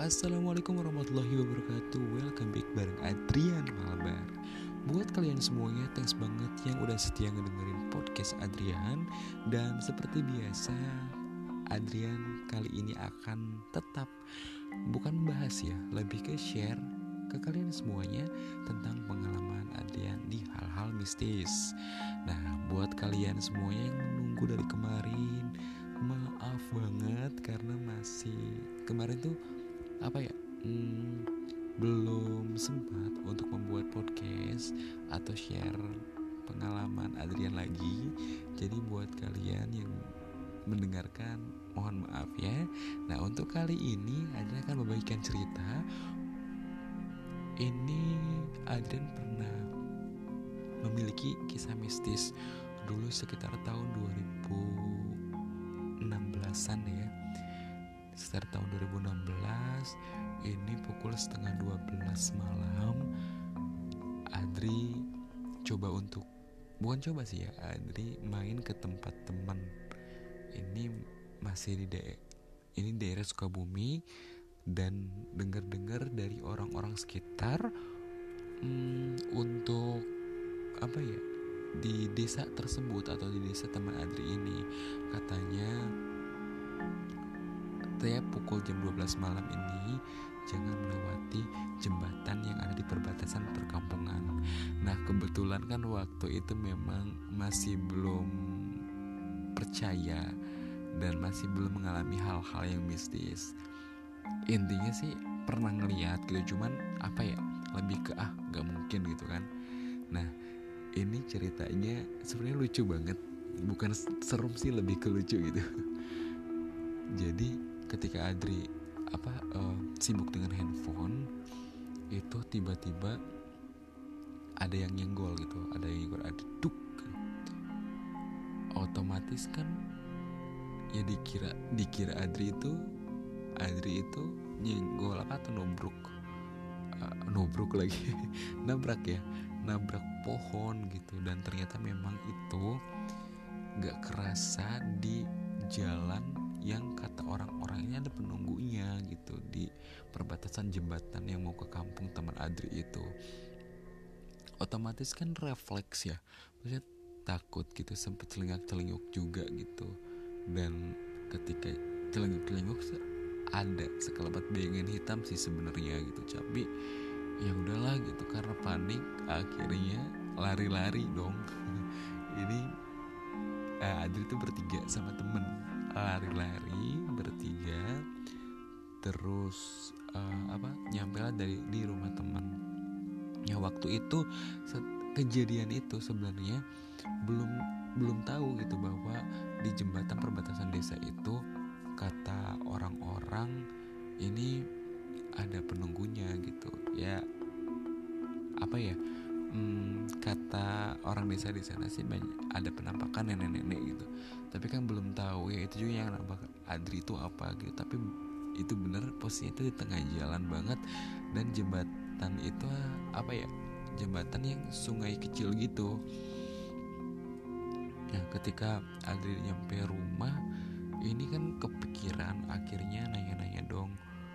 Assalamualaikum warahmatullahi wabarakatuh. Welcome back bareng Adrian Malabar. Buat kalian semuanya, thanks banget yang udah setia ngedengerin podcast Adrian. Dan seperti biasa, Adrian kali ini akan tetap bukan membahas ya, lebih ke share ke kalian semuanya tentang pengalaman Adrian di hal-hal mistis. Nah, buat kalian semuanya yang menunggu dari kemarin, maaf banget karena masih kemarin tuh belum sempat untuk membuat podcast atau share pengalaman Adrian lagi. Jadi buat kalian yang mendengarkan, mohon maaf ya. Nah, untuk kali ini Adrian akan membagikan cerita. Ini Adrian pernah memiliki kisah mistis dulu sekitar tahun 2016-an ya. Sekitar tahun 2016, ini pukul 11:30 malam, Adri Adri main ke tempat teman. Ini masih ini daerah Sukabumi, dan dengar dari orang-orang sekitar untuk di desa tersebut atau di desa teman Adri ini, katanya setiap pukul jam 12 malam ini jangan melewati jembatan yang ada di perbatasan perkampungan. Nah, kebetulan kan waktu itu memang masih belum percaya dan masih belum mengalami hal-hal yang mistis. Intinya sih pernah ngeliat gitu, cuman lebih ke gak mungkin gitu kan. Nah, ini ceritanya sebenarnya lucu banget, bukan serem sih, lebih ke lucu gitu. Jadi ketika Adri sibuk dengan handphone, itu tiba-tiba ada yang nyenggol gitu, ada duk. Otomatis kan ya dikira Adri itu nyenggol atau nubruk lagi nabrak pohon gitu. Dan ternyata memang itu gak kerasa di jalan yang kata orang-orang ini ada penunggunya gitu, di perbatasan jembatan yang mau ke kampung teman Adri itu. Otomatis kan refleks ya, maksudnya takut gitu, sempet celingak-celinguk juga gitu. Dan ketika celingak-celinguk ada sekelebat bayangan hitam sih sebenarnya gitu, tapi ya udahlah gitu, karena panik akhirnya lari-lari dong. Ini Adri tuh bertiga sama temen, lari-lari bertiga, terus nyampe lah di rumah teman. Ya waktu itu kejadian itu sebenarnya belum tahu gitu bahwa di jembatan perbatasan desa itu kata orang-orang ini ada penunggunya gitu ya. Kata orang desa di sana sih ada penampakan nenek-nenek gitu, tapi kan belum tahu ya itu juga yang nampak Adri itu apa gitu. Tapi itu bener, posisinya itu di tengah jalan banget, dan jembatan itu jembatan yang sungai kecil gitu. Nah, ketika Adri nyampe rumah, ini kan kepikiran, akhirnya nanya-nanya dong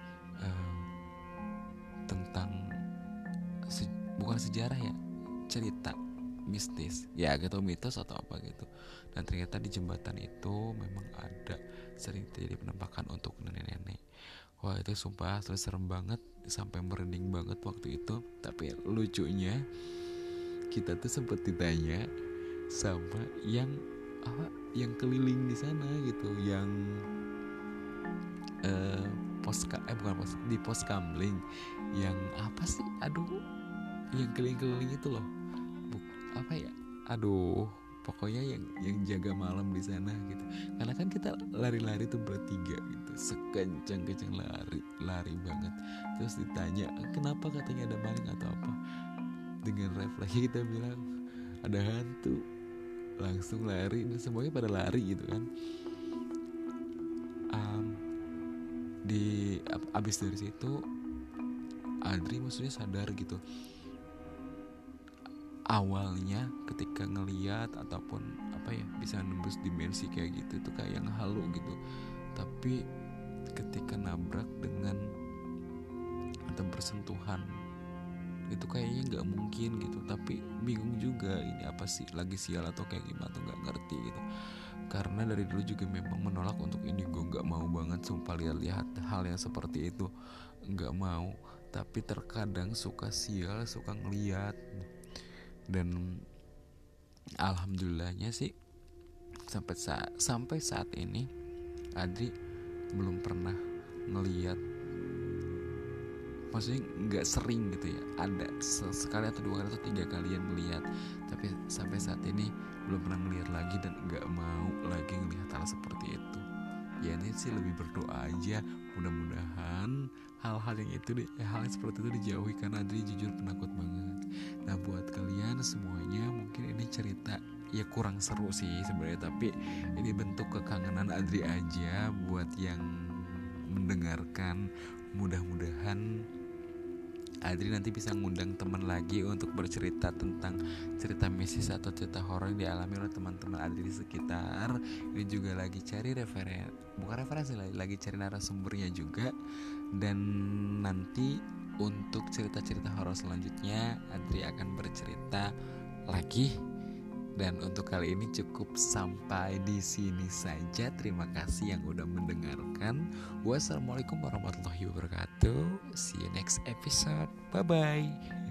tentang bukan sejarah ya, cerita mistis ya gitu, mitos atau apa gitu. Dan ternyata di jembatan itu memang ada sering terjadi penampakan untuk nenek-nenek. Wah, itu sumpah serem banget, sampai merinding banget waktu itu. Tapi lucunya kita tuh sempet ditanya sama yang keliling di sana gitu, yang di pos kamling, yang yang keliling-keliling itu loh, pokoknya yang jaga malam di sana gitu. Karena kan kita lari-lari tuh bertiga gitu, sekencang-kencang lari banget. Terus ditanya kenapa, katanya ada maling atau apa. Dengan refleks kita bilang ada hantu, langsung lari, dan semuanya pada lari gitu kan. Abis dari situ Adri maksudnya sadar gitu. Awalnya ketika ngeliat ataupun bisa nembus dimensi kayak gitu, itu kayak yang halu gitu. Tapi ketika nabrak dengan atau bersentuhan itu kayaknya nggak mungkin gitu. Tapi bingung juga ini apa sih, lagi sial atau kayak gimana tuh nggak ngerti gitu. Karena dari dulu juga memang menolak untuk indigo, nggak mau banget sumpah lihat hal yang seperti itu, nggak mau. Tapi terkadang suka sial, suka ngeliat. Dan alhamdulillahnya sih sampai saat ini Adri belum pernah ngeliat, maksudnya nggak sering gitu ya, ada sekali atau 2 kali atau 3 kalian ngeliat, tapi sampai saat ini belum pernah ngeliat lagi dan nggak mau lagi ngelihat hal seperti itu. Ya ini sih lebih berdoa aja, mudah-mudahan hal-hal yang seperti itu dijauhi, karena Adri jujur penakut banget. Nah buat kalian semuanya, mungkin ini cerita ya kurang seru sih sebenarnya, tapi ini bentuk kekangenan Adri aja buat yang mendengarkan. Mudah-mudahan Adri nanti bisa ngundang teman lagi untuk bercerita tentang cerita mistis atau cerita horor yang dialami oleh teman-teman Adri di sekitar. Ini juga lagi cari referensi lagi cari narasumbernya juga. Dan nanti untuk cerita-cerita horor selanjutnya Adri akan bercerita lagi. Dan untuk kali ini cukup sampai di sini saja. Terima kasih yang udah mendengarkan. Wassalamualaikum warahmatullahi wabarakatuh. See you next episode. Bye bye.